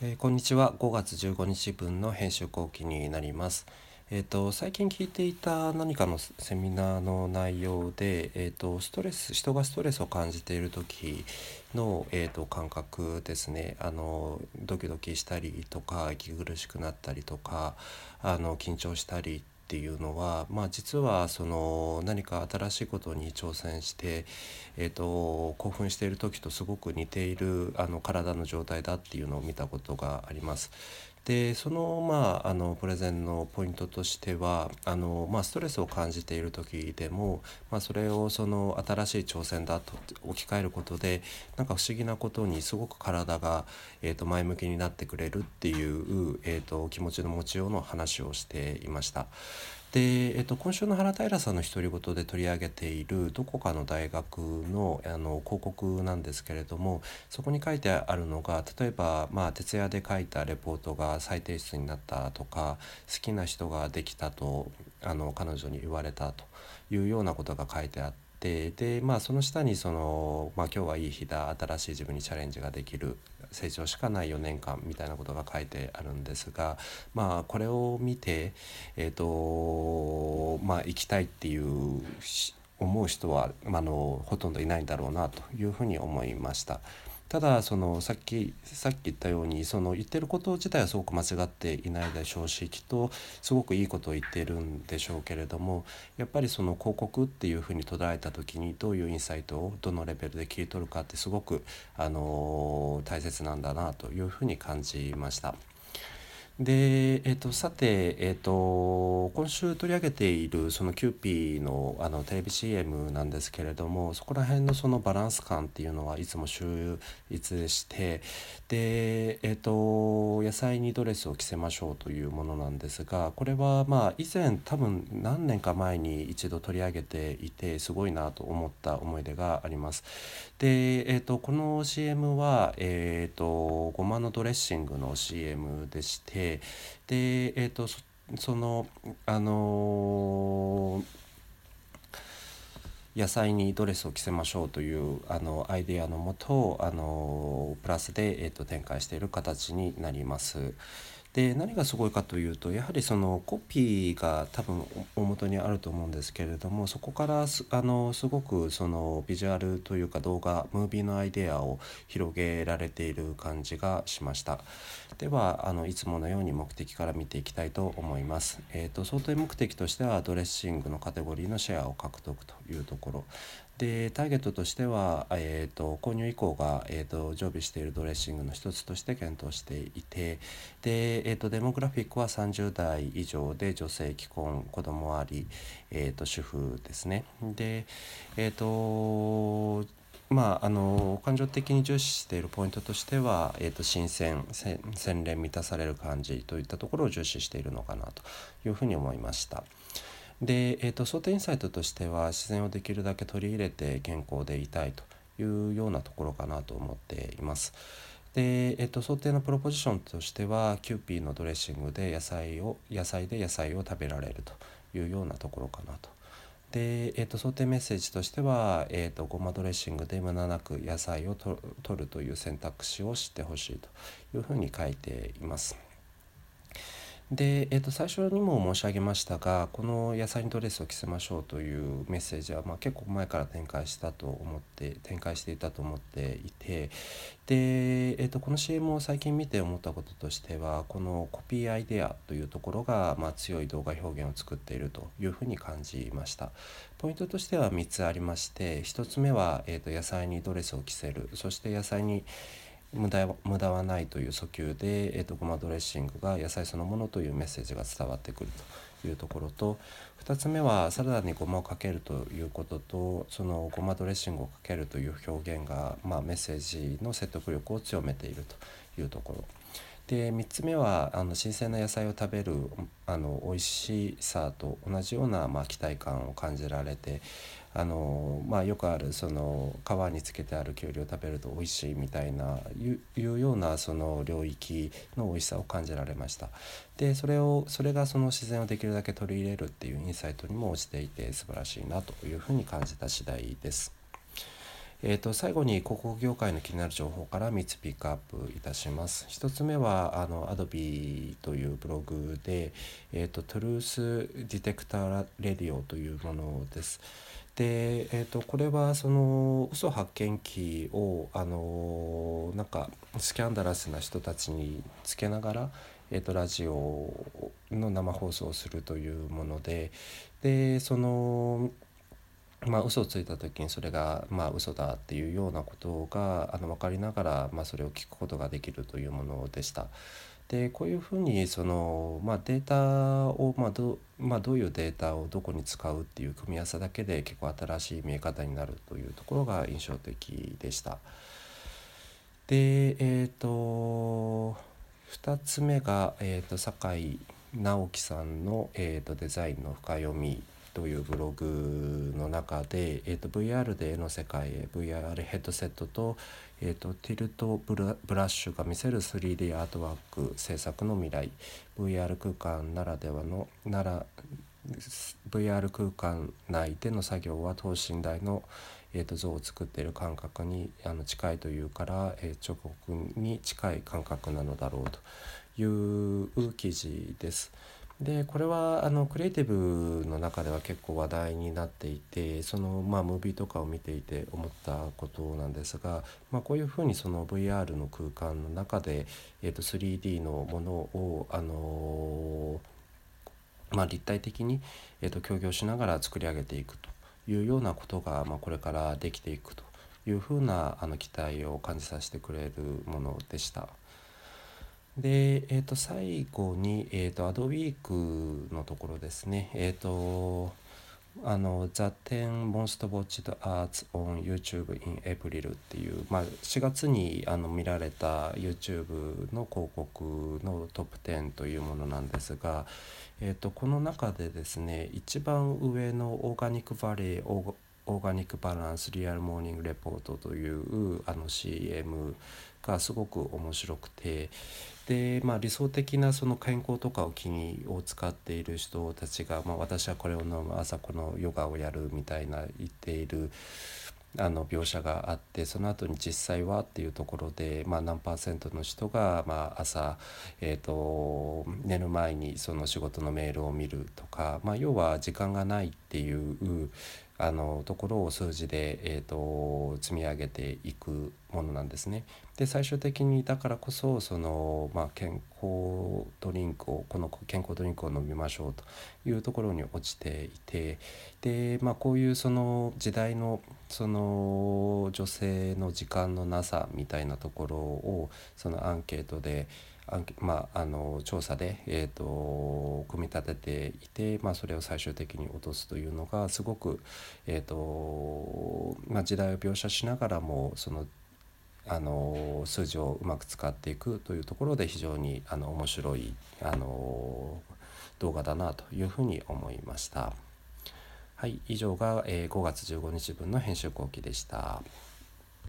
こんにちは。5月15日分の編集後期になります。最近聞いていた何かのセミナーの内容で、人がストレスを感じている時の、感覚ですね。ドキドキしたりとか、息苦しくなったりとか、緊張したりっていうのは、実はその何か新しいことに挑戦して、興奮している時とすごく似ている体の状態だっていうのを見たことがあります。でそのプレゼンのポイントとしてはストレスを感じている時でも、それをその新しい挑戦だと置き換えることでなんか不思議なことにすごく体が、前向きになってくれるっていう、気持ちの持ちようの話をしていました。で、今週の原平さんの独り言で取り上げているどこかの大学の、広告なんですけれども、そこに書いてあるのが、例えば、徹夜で書いたレポートが再提出になったとか、好きな人ができたと彼女に言われたというようなことが書いてあって、で、その下に今日はいい日だ、新しい自分にチャレンジができる、成長しかない4年間みたいなことが書いてあるんですが、これを見て、行きたいっていう思う人は、ほとんどいないんだろうなというふうに思いました。たださっき言ったようにその言ってること自体はすごく間違っていないでしょうし、きっとすごくいいことを言っているんでしょうけれども、やっぱりその広告っていうふうに捉えた時にどういうインサイトをどのレベルで切り取るかってすごく、大切なんだなというふうに感じました。で、さて、今週取り上げているそのキューピーの、テレビ CM なんですけれども、そこら辺のそのバランス感っていうのはいつも秀逸でして、で、野菜にドレスを着せましょうというものなんですが、これは以前多分何年か前に一度取り上げていてすごいなと思った思い出があります。で、この CM は、ごまのドレッシングの CM でして、で、その、あのー野菜にドレスを着せましょうというアイデアのもとプラスで、展開している形になります。で何がすごいかというと、やはりそのコピーが多分大元にあると思うんですけれども、そこからすごくそのビジュアルというか動画ムービーのアイデアを広げられている感じがしました。ではいつものように目的から見ていきたいと思います。想定目的としてはドレッシングのカテゴリーのシェアを獲得というところで、ターゲットとしては、購入以降が、常備しているドレッシングの一つとして検討していて、で、デモグラフィックは30代以上で女性、既婚、子供あり、主婦ですね。で、えっ、と感情的に重視しているポイントとしては、新鮮、洗練満たされる感じといったところを重視しているのかなというふうに思いました。で、想定インサイトとしては自然をできるだけ取り入れて健康でいたいというようなところかなと思っています。で、想定のプロポジションとしてはキューピーのドレッシングで野菜で野菜を食べられるというようなところかなと。で、想定メッセージとしては、ごまドレッシングで無駄なく野菜を取るという選択肢を知ってほしいというふうに書いています。で、最初にも申し上げましたが、この野菜にドレスを着せましょうというメッセージは、結構前から展開していたと思っていて、で、この CM を最近見て思ったこととしては、このコピーアイデアというところが、強い動画表現を作っているというふうに感じました。ポイントとしては3つありまして、1つ目は、野菜にドレスを着せる、そして野菜に無駄はないという訴求で、ごまドレッシングが野菜そのものというメッセージが伝わってくるというところと、2つ目はサラダにごまをかけるということと、そのごまドレッシングをかけるという表現が、メッセージの説得力を強めているというところで、3つ目は新鮮な野菜を食べる美味しさと同じような、期待感を感じられて、よくあるその皮につけてあるきゅうりを食べると美味しいみたいないうようなその領域の美味しさを感じられました。でそれがその自然をできるだけ取り入れるっていうインサイトにも落ちていて素晴らしいなというふうに感じた次第です。 最後に広告業界の気になる情報から3つピックアップいたします。1つ目はAdobe というブログで、トゥルースディテクターレディオというものです。で、これはその嘘発見器をなんかスキャンダラスな人たちにつけながら、ラジオの生放送をするというもので、その嘘をついた時にそれが嘘だっていうようなことが分かりながら、それを聞くことができるというものでした。でこういうふうにその、データを、どういうデータをどこに使うっていう組み合わせだけで結構新しい見え方になるというところが印象的でした。で2つ目が、酒井直樹さんの、デザインの深読みというブログの中で、VR で絵の世界へ VR ヘッドセットと、ティルトブラッシュが見せる 3D アートワーク制作の未来 VR 空間ならではのVR 空間内での作業は等身大の、像を作っている感覚に近いというから、彫刻に近い感覚なのだろうという記事です。でこれはクリエイティブの中では結構話題になっていて、そのムービーとかを見ていて思ったことなんですが、こういうふうにその VR の空間の中で、3D のものを立体的に、協業しながら作り上げていくというようなことが、これからできていくというふうな期待を感じさせてくれるものでした。で、最後に、アドウィークのところですね。The 10 Most Watched Arts on YouTube in April っていう、4月に見られた YouTube の広告のトップ10というものなんですが、この中でですね、一番上のオーガニックバレーオーガニックバランスリアルモーニングレポートというCM がすごく面白くて、で、理想的なその健康とかを使っている人たちが、私はこれを飲む、朝このヨガをやるみたいな言っている描写があって、その後に実際はっていうところで、何パーセントの人が、朝、寝る前にその仕事のメールを見るとか、要は時間がないっていうところを数字で、積み上げていくものなんですね。で最終的にだからこそその、健康ドリンクをこの健康ドリンクを飲みましょうというところに落ちていて、で、こういうその時代のその女性の時間のなさみたいなところをそのアンケートで調査で、組み立てていて、それを最終的に落とすというのがすごく、時代を描写しながらもその数字をうまく使っていくというところで非常に面白い動画だなというふうに思いました。はい、以上が、5月15日分の編集後期でした。